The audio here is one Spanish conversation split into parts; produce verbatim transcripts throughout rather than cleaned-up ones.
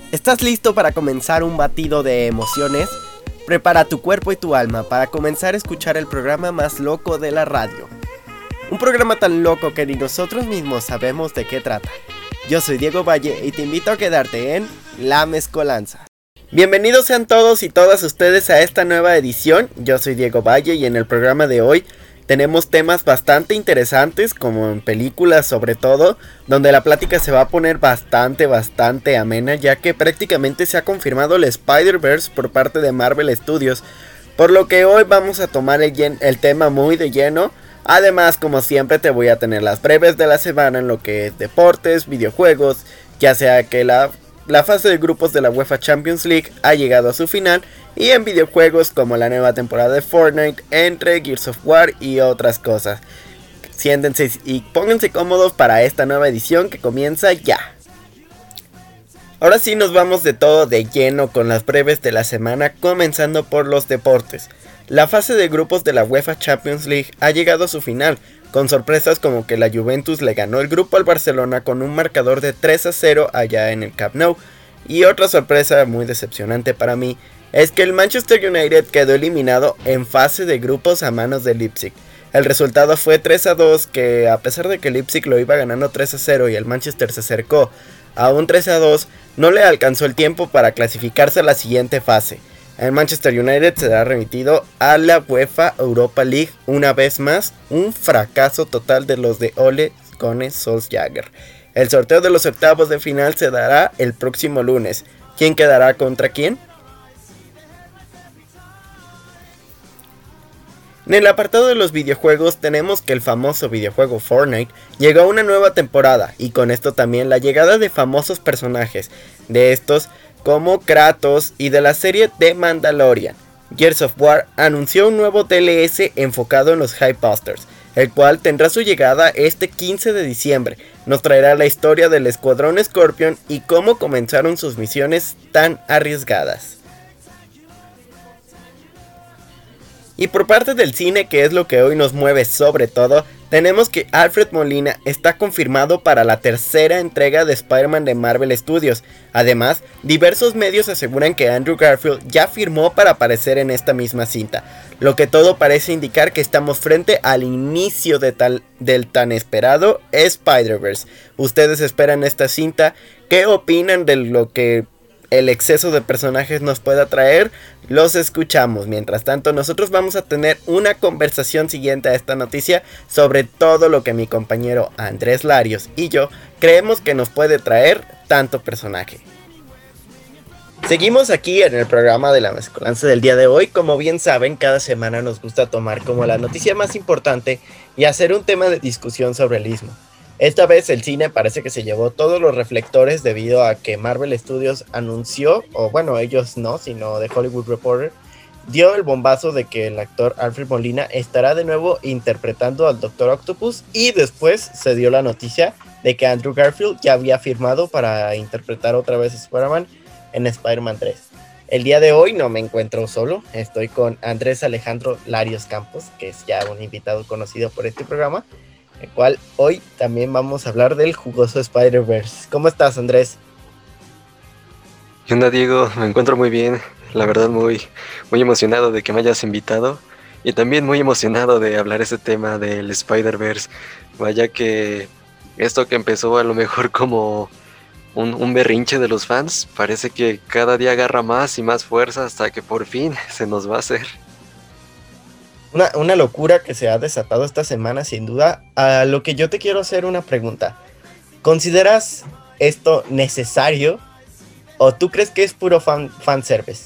¿Estás listo para comenzar un batido de emociones? Prepara tu cuerpo y tu alma para comenzar a escuchar el programa más loco de la radio. Un programa tan loco que ni nosotros mismos sabemos de qué trata. Yo soy Diego Valle y te invito a quedarte en La Mezcolanza. Bienvenidos sean todos y todas ustedes a esta nueva edición. Yo soy Diego Valle y en el programa de hoy tenemos temas bastante interesantes, como en películas sobre todo, donde la plática se va a poner bastante, bastante amena, ya que prácticamente se ha confirmado el Spider-Verse por parte de Marvel Studios, por lo que hoy vamos a tomar el, yen- el tema muy de lleno. Además, como siempre, te voy a tener las breves de la semana en lo que es deportes, videojuegos, ya sea que la... La fase de grupos de la UEFA Champions League ha llegado a su final, y en videojuegos como la nueva temporada de Fortnite, entre Gears of War y otras cosas. Siéntense y pónganse cómodos para esta nueva edición que comienza ya. Ahora sí nos vamos de todo de lleno con las breves de la semana, comenzando por los deportes. La fase de grupos de la UEFA Champions League ha llegado a su final, con sorpresas como que la Juventus le ganó el grupo al Barcelona con un marcador de tres a cero allá en el Camp Nou. Y otra sorpresa muy decepcionante para mí es que el Manchester United quedó eliminado en fase de grupos a manos de Leipzig. El resultado fue tres a dos, que a pesar de que Leipzig lo iba ganando tres a cero y el Manchester se acercó a un tres a dos, no le alcanzó el tiempo para clasificarse a la siguiente fase. El Manchester United será remitido a la UEFA Europa League una vez más, un fracaso total de los de Ole Gunnar Solskjaer. El sorteo de los octavos de final se dará el próximo lunes. ¿Quién quedará contra quién? En el apartado de los videojuegos tenemos que el famoso videojuego Fortnite llegó a una nueva temporada, y con esto también la llegada de famosos personajes. De estos como Kratos y de la serie The Mandalorian. Gears of War anunció un nuevo D L C enfocado en los Hypebusters, el cual tendrá su llegada este quince de diciembre. Nos traerá la historia del Escuadrón Scorpion y cómo comenzaron sus misiones tan arriesgadas. Y por parte del cine, que es lo que hoy nos mueve sobre todo, tenemos que Alfred Molina está confirmado para la tercera entrega de Spider-Man de Marvel Studios. Además, diversos medios aseguran que Andrew Garfield ya firmó para aparecer en esta misma cinta, lo que todo parece indicar que estamos frente al inicio de tal, del tan esperado Spider-Verse. ¿Ustedes esperan esta cinta? ¿Qué opinan de lo que el exceso de personajes nos pueda traer? Los escuchamos. Mientras tanto, nosotros vamos a tener una conversación siguiente a esta noticia sobre todo lo que mi compañero Andrés Larios y yo creemos que nos puede traer tanto personaje. Seguimos aquí en el programa de La Mezcolanza del día de hoy. Como bien saben, cada semana nos gusta tomar como la noticia más importante y hacer un tema de discusión sobre el mismo. Esta vez el cine parece que se llevó todos los reflectores debido a que Marvel Studios anunció, o bueno, ellos no, sino The Hollywood Reporter, dio el bombazo de que el actor Alfred Molina estará de nuevo interpretando al Doctor Octopus, y después se dio la noticia de que Andrew Garfield ya había firmado para interpretar otra vez a Spider-Man en Spider-Man tres. El día de hoy no me encuentro solo, estoy con Andrés Alejandro Larios Campos, que es ya un invitado conocido por este programa, el cual hoy también vamos a hablar del jugoso Spider-Verse. ¿Cómo estás, Andrés? ¿Qué onda, Diego? Me encuentro muy bien, la verdad muy, muy emocionado de que me hayas invitado, y también muy emocionado de hablar este tema del Spider-Verse. Vaya que esto que empezó a lo mejor como un, un berrinche de los fans, parece que cada día agarra más y más fuerza hasta que por fin se nos va a hacer. Una, una locura que se ha desatado esta semana, sin duda. A lo que yo te quiero hacer una pregunta. ¿Consideras esto necesario o tú crees que es puro fan, fanservice?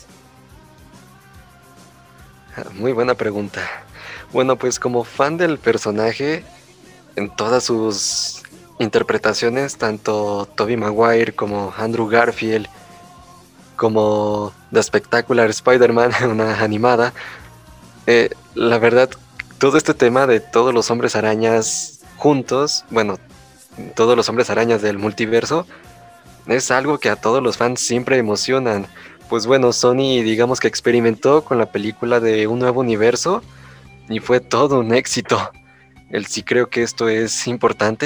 Muy buena pregunta. Bueno, pues como fan del personaje, en todas sus interpretaciones, tanto Tobey Maguire como Andrew Garfield, como The Spectacular Spider-Man, una animada, eh, la verdad, todo este tema de todos los hombres arañas juntos, bueno, todos los hombres arañas del multiverso, es algo que a todos los fans siempre emocionan. Pues bueno, Sony digamos que experimentó con la película de Un Nuevo Universo y fue todo un éxito. El sí creo que esto es importante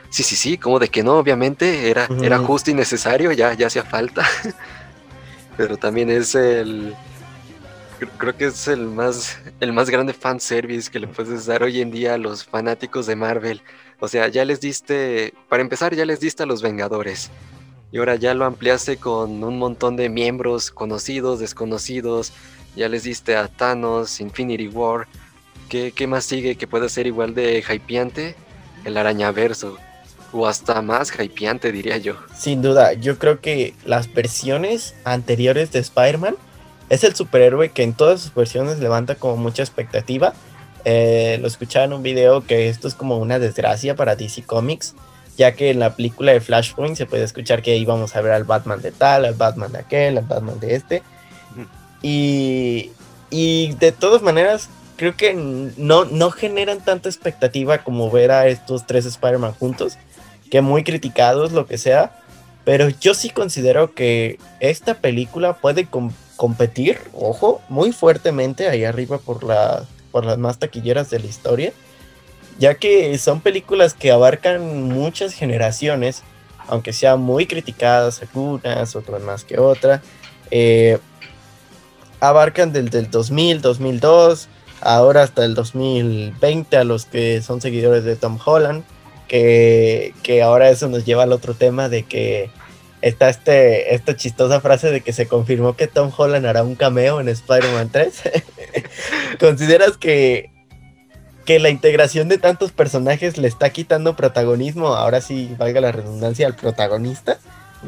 Sí, sí, sí, como de que no, obviamente, era, era Ujú. justo y necesario, ya, ya hacía falta. Pero también es el, cre- creo que es el más, el más grande fanservice que le puedes dar hoy en día a los fanáticos de Marvel. O sea, ya les diste, para empezar, ya les diste a los Vengadores. Y ahora ya lo ampliaste con un montón de miembros conocidos, desconocidos. Ya les diste a Thanos, Infinity War. ¿Qué, qué más sigue que pueda ser igual de hypeante? El Arañaverso. O hasta más hypeante, diría yo. Sin duda, yo creo que las versiones anteriores de Spider-Man es el superhéroe que en todas sus versiones levanta como mucha expectativa. Eh, lo escuchaba en un video que esto es como una desgracia para D C Comics, ya que en la película de Flashpoint se puede escuchar que íbamos a ver al Batman de tal, al Batman de aquel, al Batman de este. Y, y de todas maneras, creo que no, no generan tanta expectativa como ver a estos tres Spider-Man juntos, que muy criticados, lo que sea. Pero yo sí considero que esta película puede com- competir, ojo, muy fuertemente ahí arriba por, la, por las más taquilleras de la historia, ya que son películas que abarcan muchas generaciones, aunque sean muy criticadas algunas, otras más que otras. Eh, Abarcan desde el dos mil, dos mil dos, ahora hasta el dos mil veinte a los que son seguidores de Tom Holland, que, que ahora eso nos lleva al otro tema de que está este, esta chistosa frase de que se confirmó que Tom Holland hará un cameo en Spider-Man tres. ¿Consideras que, que la integración de tantos personajes le está quitando protagonismo, ahora sí valga la redundancia, al protagonista?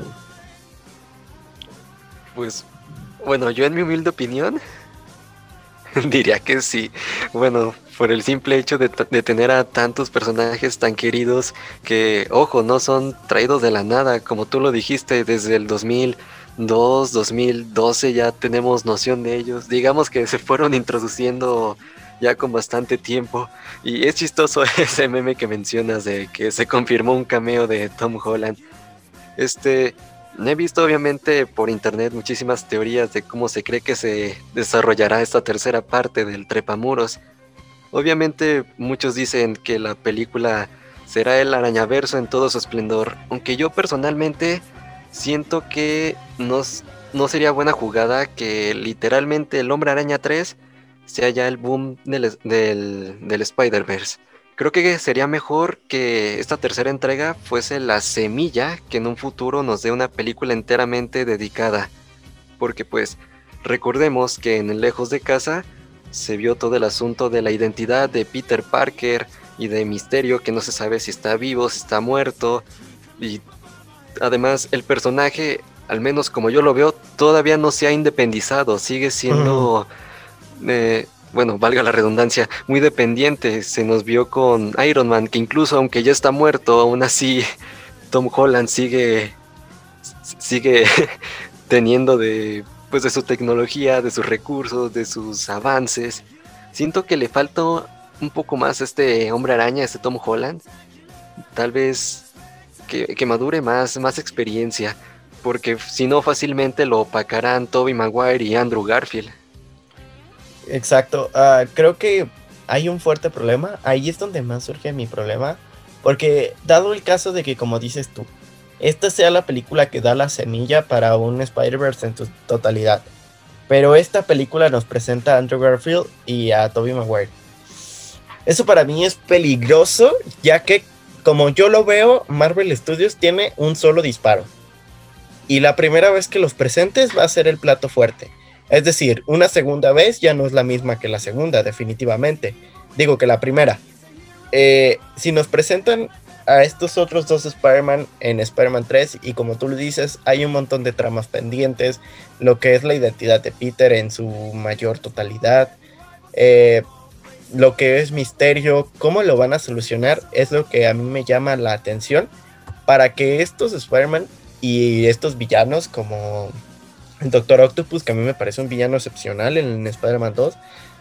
Pues, bueno, yo en mi humilde opinión diría que sí. Bueno, por el simple hecho de, t- de tener a tantos personajes tan queridos que, ojo, no son traídos de la nada, como tú lo dijiste, desde el dos mil dos, dos mil doce ya tenemos noción de ellos. Digamos que se fueron introduciendo ya con bastante tiempo. Y es chistoso ese meme que mencionas de que se confirmó un cameo de Tom Holland. Este, he visto obviamente por internet muchísimas teorías de cómo se cree que se desarrollará esta tercera parte del Trepamuros. Obviamente muchos dicen que la película será el Arañaverso en todo su esplendor, aunque yo personalmente siento que no, s- no sería buena jugada que literalmente el Hombre Araña tres sea ya el boom del, es- del, del Spider-Verse. Creo que sería mejor que esta tercera entrega fuese la semilla que en un futuro nos dé una película enteramente dedicada, porque pues recordemos que en el Lejos de Casa se vio todo el asunto de la identidad de Peter Parker y de Misterio, que no se sabe si está vivo, si está muerto, y además el personaje, al menos como yo lo veo, todavía no se ha independizado, sigue Ujú. siendo, eh, bueno, valga la redundancia, muy dependiente. Se nos vio con Iron Man, que incluso aunque ya está muerto, aún así Tom Holland sigue, sigue teniendo de, pues, de su tecnología, de sus recursos, de sus avances. Siento que le falta un poco más a este Hombre Araña, a este Tom Holland. Tal vez que, que madure más, más experiencia, porque si no fácilmente lo opacarán Tobey Maguire y Andrew Garfield. Exacto, ah, creo que hay un fuerte problema, ahí es donde más surge mi problema, porque dado el caso de que, como dices tú, esta sea la película que da la semilla para un Spider-Verse en su totalidad, pero esta película nos presenta a Andrew Garfield y a Tobey Maguire. Eso para mí es peligroso, ya que, como yo lo veo, Marvel Studios tiene un solo disparo. Y la primera vez que los presentes va a ser el plato fuerte. Es decir, una segunda vez ya no es la misma que la segunda, definitivamente. Digo que la primera. Eh, si nos presentan a estos otros dos Spider-Man en Spider-Man tres, y como tú lo dices, hay un montón de tramas pendientes, lo que es la identidad de Peter en su mayor totalidad, eh, lo que es Misterio, cómo lo van a solucionar, es lo que a mí me llama la atención para que estos Spider-Man y estos villanos como el Doctor Octopus, que a mí me parece un villano excepcional en Spider-Man dos,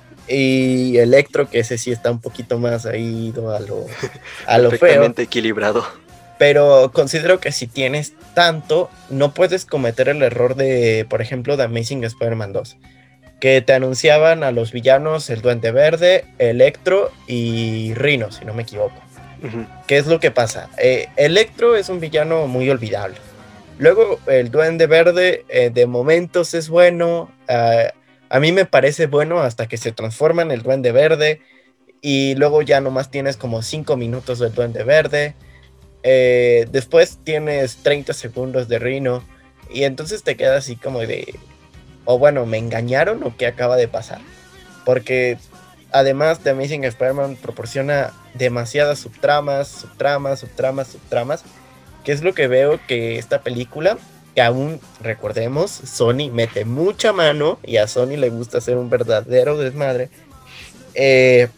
y Electro, que ese sí está un poquito más ahí ido a lo, a lo feo, Perfectamente equilibrado. pero considero que si tienes tanto, no puedes cometer el error de, por ejemplo, de Amazing Spider-Man dos, que te anunciaban a los villanos el Duende Verde, Electro y Rhino, si no me equivoco. Ujú. ¿Qué es lo que pasa? Eh, Electro es un villano muy olvidable. Luego el Duende Verde eh, de momentos es bueno. Uh, a mí me parece bueno hasta que se transforma en el Duende Verde. Y luego ya nomás tienes como cinco minutos del Duende Verde. Eh, después tienes treinta segundos de Rhino. Y entonces te quedas así como de... O bueno, ¿me engañaron o qué acaba de pasar? Porque además The Amazing Spider-Man proporciona demasiadas subtramas, subtramas, subtramas, subtramas, que es lo que veo que esta película, que aún recordemos, Sony mete mucha mano y a Sony le gusta hacer un verdadero desmadre, eh,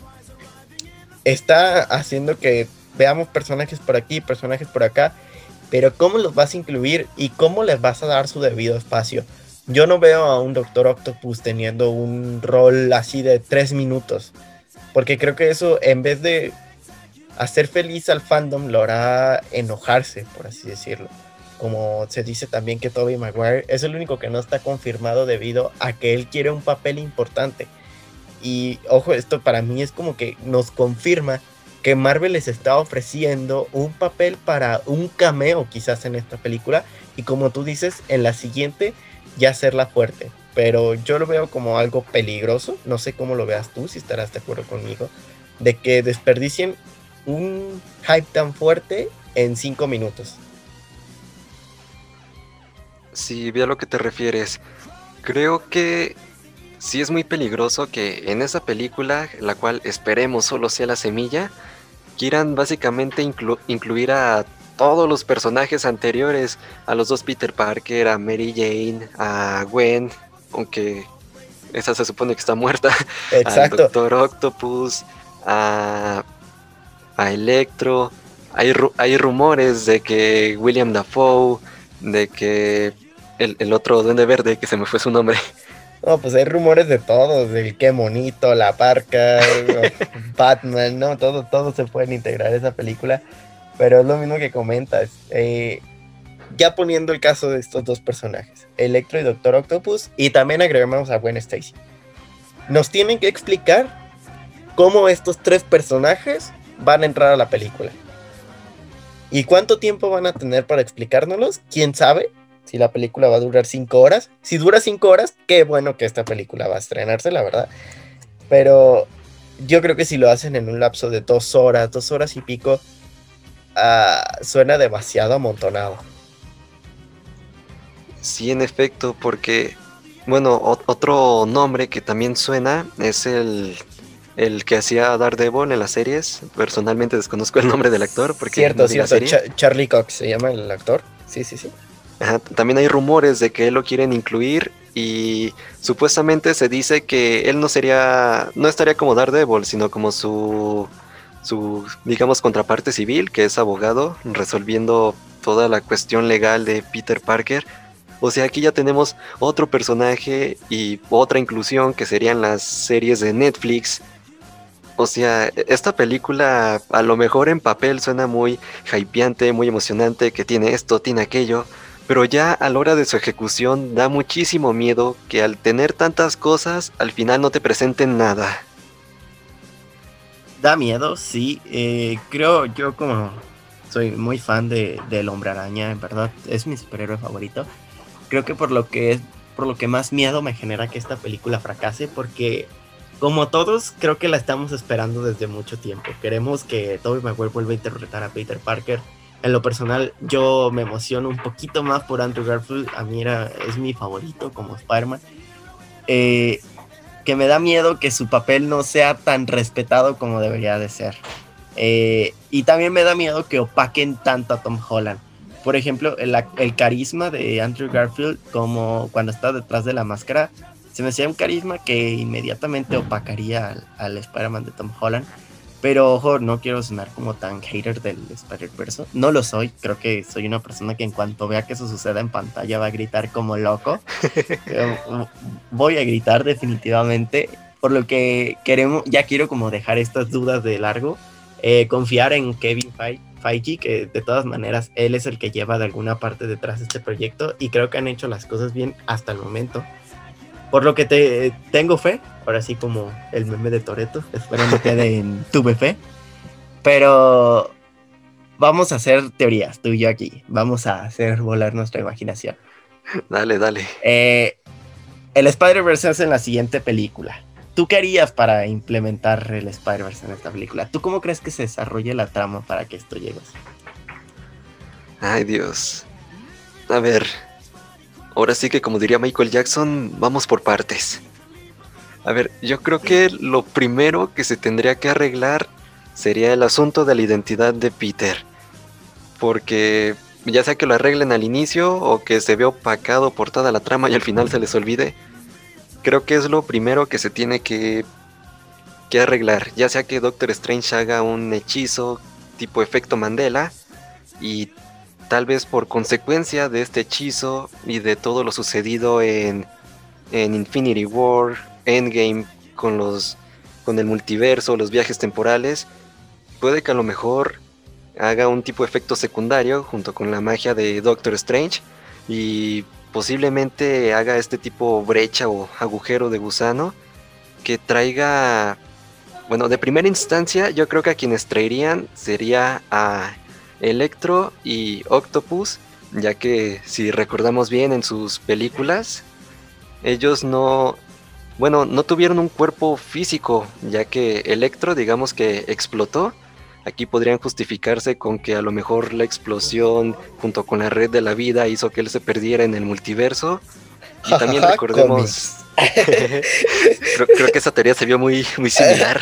está haciendo que veamos personajes por aquí, personajes por acá, pero ¿cómo los vas a incluir y cómo les vas a dar su debido espacio? Yo no veo a un Doctor Octopus teniendo un rol así de tres minutos, porque creo que eso, en vez de hacer feliz al fandom, lo hará enojarse, por así decirlo. Como se dice también que Tobey Maguire es el único que no está confirmado debido a que él quiere un papel importante. Y ojo, esto para mí es como que nos confirma que Marvel les está ofreciendo un papel para un cameo quizás en esta película, y como tú dices, en la siguiente ya hacerla fuerte. Pero yo lo veo como algo peligroso, no sé cómo lo veas tú, si estarás de acuerdo conmigo, de que desperdicien un hype tan fuerte en cinco minutos. Sí, vi a lo que te refieres. Creo que sí es muy peligroso que en esa película, la cual esperemos solo sea la semilla, quieran básicamente inclu- incluir a todos los personajes anteriores, a los dos Peter Parker, a Mary Jane, a Gwen, aunque esa se supone que está muerta, al Exacto. Doctor Octopus, a, a Electro. Hay, ru- hay rumores de que William Dafoe, de que el, el otro Duende Verde, que se me fue su nombre. No, pues hay rumores de todos, del qué monito, la parca, Batman, ¿no? Todo, todo se pueden integrar a esa película, pero es lo mismo que comentas. Eh, ya poniendo el caso de estos dos personajes, Electro y Doctor Octopus, y también agregamos a Gwen Stacy. Nos tienen que explicar cómo estos tres personajes van a entrar a la película. ¿Y cuánto tiempo van a tener para explicárnoslos? ¿Quién sabe? Si la película va a durar cinco horas. Si dura cinco horas, qué bueno que esta película va a estrenarse, la verdad. Pero yo creo que si lo hacen en un lapso de dos horas, dos horas y pico, uh, suena demasiado amontonado. Sí, en efecto, porque, bueno, o- otro nombre que también suena es el, el que hacía Daredevil en las series. Personalmente desconozco el nombre del actor porque Cierto, no vi la cierto. serie. Ch- Charlie Cox se llama el actor. Sí, sí, sí. Ajá, también hay rumores de que él lo quieren incluir y supuestamente se dice que él no sería, no estaría como Daredevil, sino como su, su, digamos, contraparte civil, que es abogado, resolviendo toda la cuestión legal de Peter Parker. O sea, aquí ya tenemos otro personaje y otra inclusión que serían las series de Netflix. O sea, esta película a lo mejor en papel suena muy hypeante, muy emocionante, que tiene esto, tiene aquello, pero ya a la hora de su ejecución da muchísimo miedo que al tener tantas cosas al final no te presenten nada. Da miedo, sí. Eh, creo yo como soy muy fan de, del Hombre Araña, en verdad, es mi superhéroe favorito. Creo que por lo que es, por lo que más miedo me genera que esta película fracase, porque como todos creo que la estamos esperando desde mucho tiempo. Queremos que Tobey Maguire vuelva a interpretar a Peter Parker. En lo personal, yo me emociono un poquito más por Andrew Garfield. A mí era, es mi favorito como Spider-Man. Eh, que me da miedo que su papel no sea tan respetado como debería de ser. Eh, y también me da miedo que opaquen tanto a Tom Holland. Por ejemplo, el, el carisma de Andrew Garfield, como cuando está detrás de la máscara, se me hacía un carisma que inmediatamente opacaría al, al Spider-Man de Tom Holland. Pero ojo, no quiero sonar como tan hater del Spider-Verse. No lo soy. Creo que soy una persona que en cuanto vea que eso suceda en pantalla va a gritar como loco. Voy a gritar definitivamente. Por lo que queremos, ya quiero como dejar estas dudas de largo. Eh, confiar en Kevin Feige, que de todas maneras él es el que lleva de alguna parte detrás de este proyecto. Y creo que han hecho las cosas bien hasta el momento. Por lo que te tengo fe, ahora sí como el meme de Toretto, espero no quede en tuve fe. Pero vamos a hacer teorías, tú y yo aquí. Vamos a hacer volar nuestra imaginación. Dale, dale. Eh, el Spider-Verse es en la siguiente película. ¿Tú qué harías para implementar el Spider-Verse en esta película? ¿Tú cómo crees que se desarrolle la trama para que esto llegue? Ay, Dios. A ver. Ahora sí que como diría Michael Jackson, vamos por partes. A ver, yo creo que lo primero que se tendría que arreglar sería el asunto de la identidad de Peter. Porque ya sea que lo arreglen al inicio o que se vea opacado por toda la trama y al final se les olvide, creo que es lo primero que se tiene que, que arreglar. Ya sea que Doctor Strange haga un hechizo tipo efecto Mandela y tal vez por consecuencia de este hechizo y de todo lo sucedido en, en Infinity War, Endgame, con los con el multiverso, los viajes temporales, puede que a lo mejor haga un tipo de efecto secundario junto con la magia de Doctor Strange y posiblemente haga este tipo brecha o agujero de gusano que traiga, bueno, de primera instancia yo creo que a quienes traerían sería a Electro y Octopus, ya que si recordamos bien en sus películas, ellos no, bueno, no tuvieron un cuerpo físico, ya que Electro, digamos que explotó. Aquí podrían justificarse con que a lo mejor la explosión junto con la red de la vida hizo que él se perdiera en el multiverso. Y también Jajaja, recordemos, cómics. creo, creo que esa teoría se vio muy, muy similar.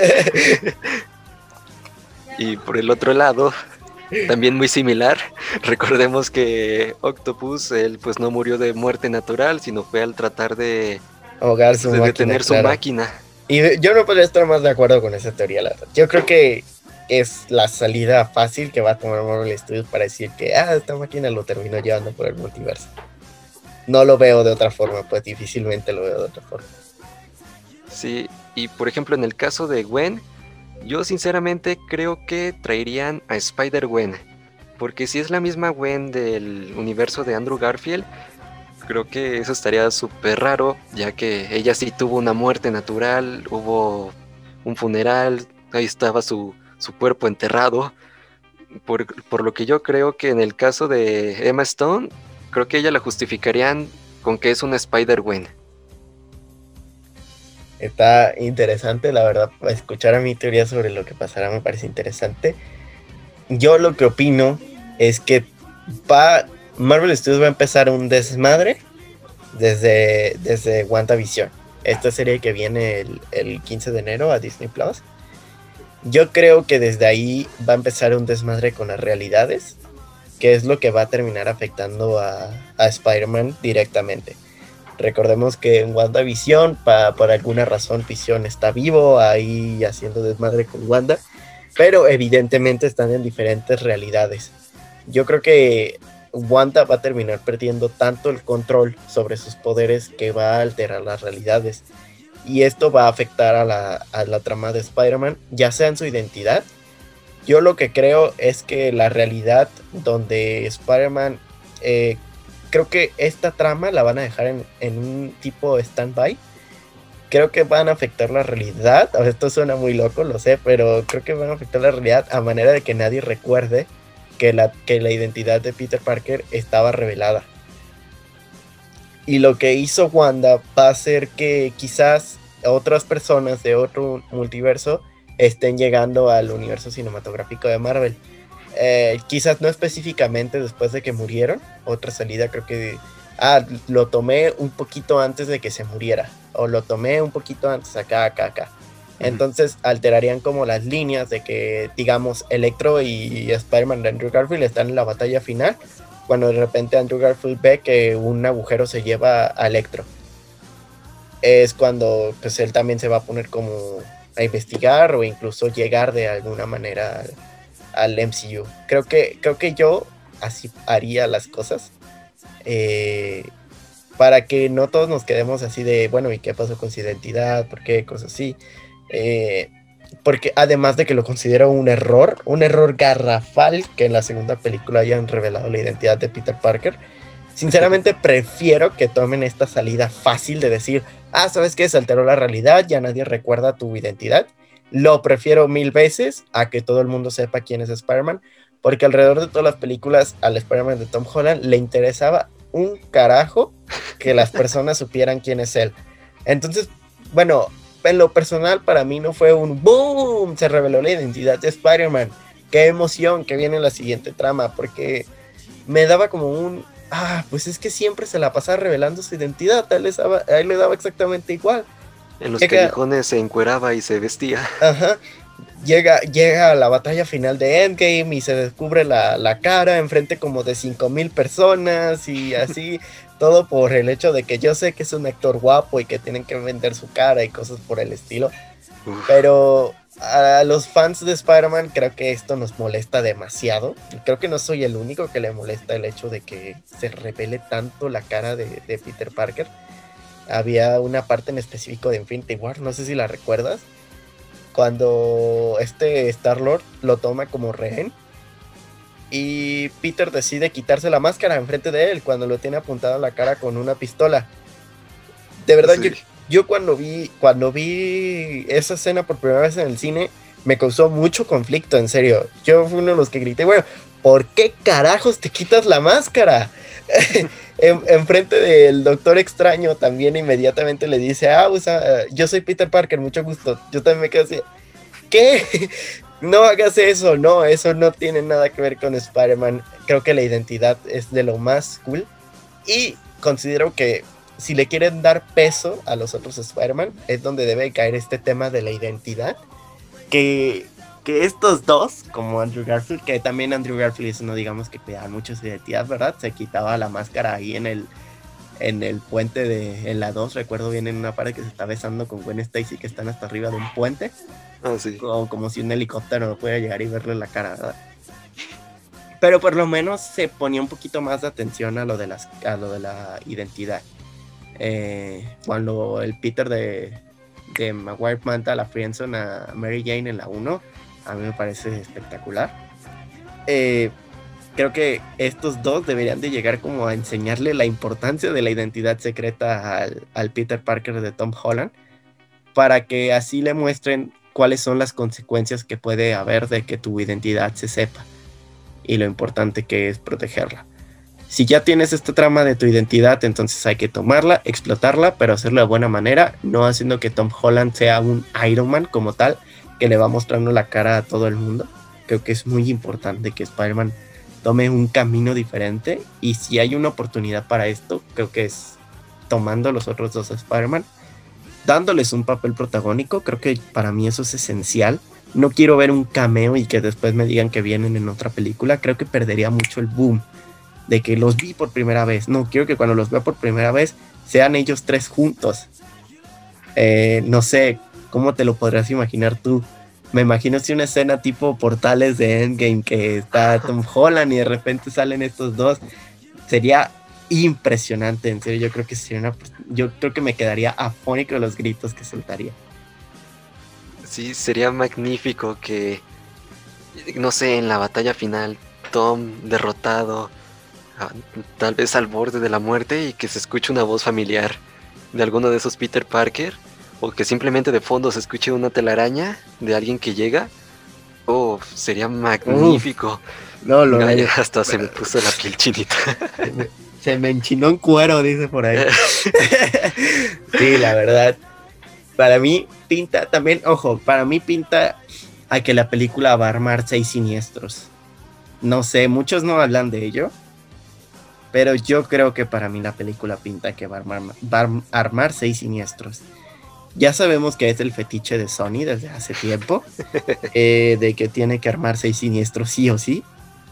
Y por el otro lado, también muy similar, recordemos que Octopus, él pues no murió de muerte natural, sino fue al tratar de, Ahogar pues, su de máquina, detener su claro. máquina. Y yo no podría estar más de acuerdo con esa teoría, la verdad. Yo creo que es la salida fácil que va a tomar Marvel Studios para decir que, ah, esta máquina lo terminó llevando por el multiverso. No lo veo de otra forma, pues difícilmente lo veo de otra forma. Sí, y por ejemplo en el caso de Gwen, yo sinceramente creo que traerían a Spider-Gwen, porque si es la misma Gwen del universo de Andrew Garfield, creo que eso estaría súper raro, ya que ella sí tuvo una muerte natural, hubo un funeral, ahí estaba su, su cuerpo enterrado, por, por lo que yo creo que en el caso de Emma Stone, creo que ella la justificarían con que es una Spider-Gwen. Está interesante, la verdad, escuchar a mi teoría sobre lo que pasará me parece interesante. Yo lo que opino es que va, Marvel Studios va a empezar un desmadre desde, desde WandaVision. Esta serie que viene el, el quince de enero a Disney Plus. Yo creo que desde ahí va a empezar un desmadre con las realidades, que es lo que va a terminar afectando a, a Spider-Man directamente. Recordemos que en WandaVision, pa, por alguna razón, Vision está vivo ahí haciendo desmadre con Wanda, pero evidentemente están en diferentes realidades. Yo creo que Wanda va a terminar perdiendo tanto el control sobre sus poderes que va a alterar las realidades. Y esto va a afectar a la, a la trama de Spider-Man, ya sea en su identidad. Yo lo que creo es que la realidad donde Spider-Man... Eh, creo que esta trama la van a dejar en, en un tipo stand-by. Creo que van a afectar la realidad. Esto suena muy loco, lo sé, pero creo que van a afectar la realidad a manera de que nadie recuerde que la, que la identidad de Peter Parker estaba revelada. Y lo que hizo Wanda va a hacer que quizás otras personas de otro multiverso estén llegando al universo cinematográfico de Marvel. Eh, quizás no específicamente después de que murieron. Otra salida creo que... Ah, lo tomé un poquito antes de que se muriera. O lo tomé un poquito antes acá, acá, acá. Entonces alterarían como las líneas de que, digamos, Electro y Spider-Man de Andrew Garfield están en la batalla final, cuando de repente Andrew Garfield ve que un agujero se lleva a Electro. Es cuando pues él también se va a poner como a investigar o incluso llegar de alguna manera al, al M C U. Creo que, creo que yo así haría las cosas. Eh, para que no todos nos quedemos así de, bueno, ¿y qué pasó con su identidad? ¿Por qué? Cosas así. Eh, porque además de que lo considero un error, un error garrafal que en la segunda película hayan revelado la identidad de Peter Parker, sinceramente prefiero que tomen esta salida fácil de decir, ah, ¿sabes qué? Se alteró la realidad, ya nadie recuerda tu identidad. lo prefiero mil veces a que todo el mundo sepa quién es Spider-Man, porque alrededor de todas las películas al Spider-Man de Tom Holland le interesaba un carajo que las personas supieran quién es él. Entonces, bueno, en lo personal para mí no fue un boom, se reveló la identidad de Spider-Man. Qué emoción que viene la siguiente trama, porque me daba como un, ah, pues es que siempre se la pasaba revelando su identidad, a él, daba, a él le daba exactamente igual. En los Llega, callejones se encueraba y se vestía. ajá, llega, llega a la batalla final de Endgame y se descubre la, la cara enfrente como de cinco mil personas y así, todo por el hecho de que yo sé que es un actor guapo y que tienen que vender su cara y cosas por el estilo. Uf. Pero a los fans de Spider-Man creo que esto nos molesta demasiado. Creo que no soy el único que le molesta el hecho de que se revele tanto la cara de, de Peter Parker. Había una parte en específico de Infinity War, no sé si la recuerdas, cuando este Star-Lord lo toma como rehén y Peter decide quitarse la máscara enfrente de él cuando lo tiene apuntado a la cara con una pistola. De verdad, sí. yo, yo cuando vi cuando vi esa escena por primera vez en el cine, me causó mucho conflicto, en serio. Yo fui uno de los que grité, bueno, ¿por qué carajos te quitas la máscara? en, enfrente del Doctor Extraño también inmediatamente le dice, ah, usa, yo soy Peter Parker, mucho gusto. Yo también me quedé así, ¿qué? No hagas eso, no, eso no tiene nada que ver con Spider-Man. Creo que la identidad es de lo más cool y considero que si le quieren dar peso a los otros Spider-Man, es donde debe caer este tema de la identidad. Que, que estos dos, como Andrew Garfield, que también Andrew Garfield es uno, digamos, que cuidaba mucho su identidad, ¿verdad? Se quitaba la máscara ahí en el, en el puente de en la dos, recuerdo bien en una parte que se está besando con Gwen Stacy, que están hasta arriba de un puente. Ah, sí. Como, como si un helicóptero no pudiera llegar y verle la cara, ¿verdad? Pero por lo menos se ponía un poquito más de atención a lo de, las, a lo de la identidad. Eh, cuando el Peter de, de Maguire manda a la friendzone a Mary Jane en la uno, a mí me parece espectacular. Eh, creo que estos dos deberían de llegar como a enseñarle la importancia de la identidad secreta al, al Peter Parker de Tom Holland, para que así le muestren cuáles son las consecuencias que puede haber de que tu identidad se sepa y lo importante que es protegerla. Si ya tienes esta trama de tu identidad, entonces hay que tomarla, explotarla, pero hacerlo de buena manera, no haciendo que Tom Holland sea un Iron Man como tal, que le va mostrando la cara a todo el mundo. Creo que es muy importante que Spider-Man tome un camino diferente, y si hay una oportunidad para esto, creo que es tomando a los otros dos Spider-Man, dándoles un papel protagónico. Creo que para mí eso es esencial. No quiero ver un cameo y que después me digan que vienen en otra película. Creo que perdería mucho el boom de que los vi por primera vez. No, quiero que cuando los vea por primera vez sean ellos tres juntos. Eh, no sé, ¿cómo te lo podrás imaginar tú? Me imagino si una escena tipo Portales de Endgame, que está Tom Holland y de repente salen estos dos. Sería impresionante, en serio. Yo creo que sería una, yo creo que me quedaría afónico de los gritos que soltaría. Sí, sería magnífico que, no sé, en la batalla final, Tom derrotado, tal vez al borde de la muerte, y que se escuche una voz familiar de alguno de esos Peter Parker, o que simplemente de fondo se escuche una telaraña de alguien que llega. Oh, sería magnífico. Uf, no, lo Ay, hasta se me puso la piel chinita. Se me, se me enchinó en cuero, dice por ahí. Sí, la verdad. Para mí pinta también, ojo, para mí pinta a que la película va a armar seis siniestros. No sé, muchos no hablan de ello, pero yo creo que para mí la película pinta que va a armar, va a armar seis siniestros. Ya sabemos que es el fetiche de Sony desde hace tiempo, eh, de que tiene que armar seis siniestros sí o sí.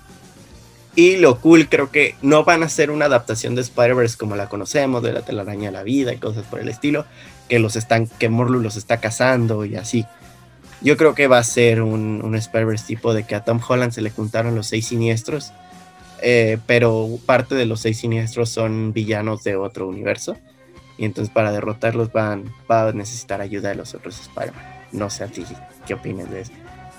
Y lo cool, creo que no van a ser una adaptación de Spider-Verse como la conocemos, de la telaraña a la vida y cosas por el estilo, que los están, que Morlun los está cazando y así. Yo creo que va a ser un, un Spider-Verse tipo de que a Tom Holland se le juntaron los seis siniestros, eh, pero parte de los seis siniestros son villanos de otro universo, y entonces para derrotarlos van, va a necesitar ayuda de los otros Spider-Man. No sé a ti, ¿qué opinas de eso?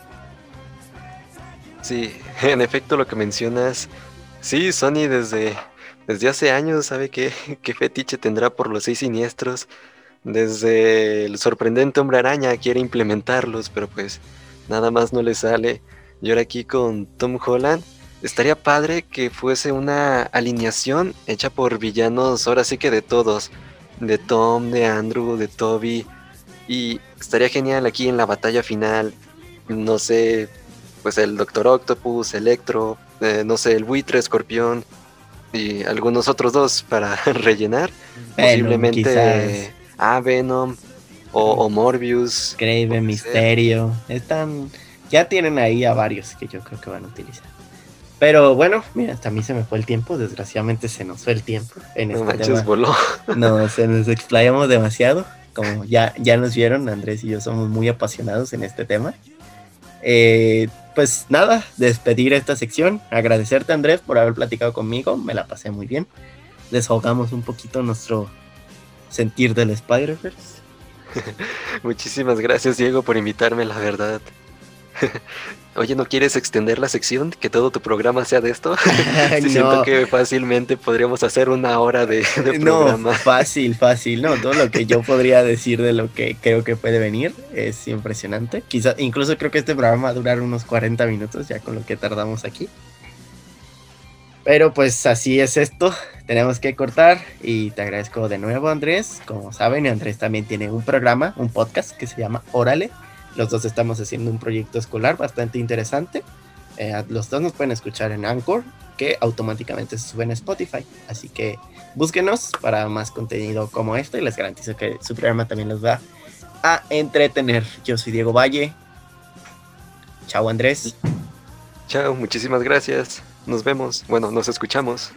Sí, en efecto lo que mencionas, sí, Sony desde, desde hace años sabe qué, qué fetiche tendrá por los seis siniestros. Desde el sorprendente Hombre Araña quiere implementarlos, pero pues nada más no le sale. Y ahora aquí con Tom Holland, estaría padre que fuese una alineación hecha por villanos, ahora sí que de todos. De Tom, de Andrew, de Toby. Y estaría genial aquí en la batalla final, no sé, pues el Doctor Octopus, Electro, eh, no sé, el Buitre, Escorpión y algunos otros dos para rellenar. Venom, Posiblemente quizás. a Venom o, o Morbius. Kraven, Puede ser. Misterio. Están. Ya tienen ahí a varios que yo creo que van a utilizar. Pero bueno, mira, hasta a mí se me fue el tiempo. Desgraciadamente se nos fue el tiempo en No este manches, tema. voló. No, se nos explayamos demasiado. Como ya, ya nos vieron, Andrés y yo somos muy apasionados en este tema. Eh, pues nada, despedir esta sección. Agradecerte, Andrés, por haber platicado conmigo. Me la pasé muy bien. Desahogamos un poquito nuestro sentir del Spider-Verse. Muchísimas gracias, Diego, por invitarme, la verdad. Oye, ¿no quieres extender la sección? ¿Que todo tu programa sea de esto? Sí, siento No, que fácilmente podríamos hacer una hora de, de no, programa. fácil, fácil. No, todo lo que yo podría decir de lo que creo que puede venir es impresionante. Quizá, incluso creo que este programa va a durar unos cuarenta minutos, ya con lo que tardamos aquí. Pero pues así es esto, tenemos que cortar y te agradezco de nuevo, Andrés. Como saben, Andrés también tiene un programa, un podcast que se llama Órale. Los dos estamos haciendo un proyecto escolar bastante interesante. Eh, los dos nos pueden escuchar en Anchor, que automáticamente se sube en Spotify. Así que búsquenos para más contenido como este y les garantizo que su programa también los va a entretener. Yo soy Diego Valle. Chao, Andrés. Chao, muchísimas gracias. Nos vemos. Bueno, nos escuchamos.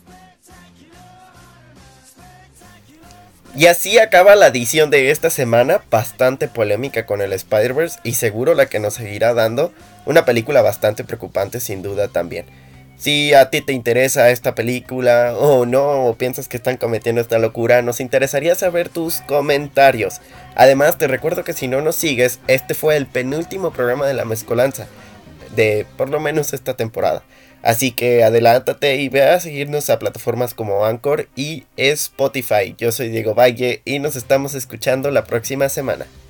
Y así acaba la edición de esta semana, bastante polémica con el Spider-Verse y seguro la que nos seguirá dando, una película bastante preocupante sin duda también. Si a ti te interesa esta película o no, o piensas que están cometiendo esta locura, nos interesaría saber tus comentarios. Además, te recuerdo que si no nos sigues, este fue el penúltimo programa de La Mezcolanza, de por lo menos esta temporada. Así que adelántate y ve a seguirnos a plataformas como Anchor y Spotify. Yo soy Diego Valle y nos estamos escuchando la próxima semana.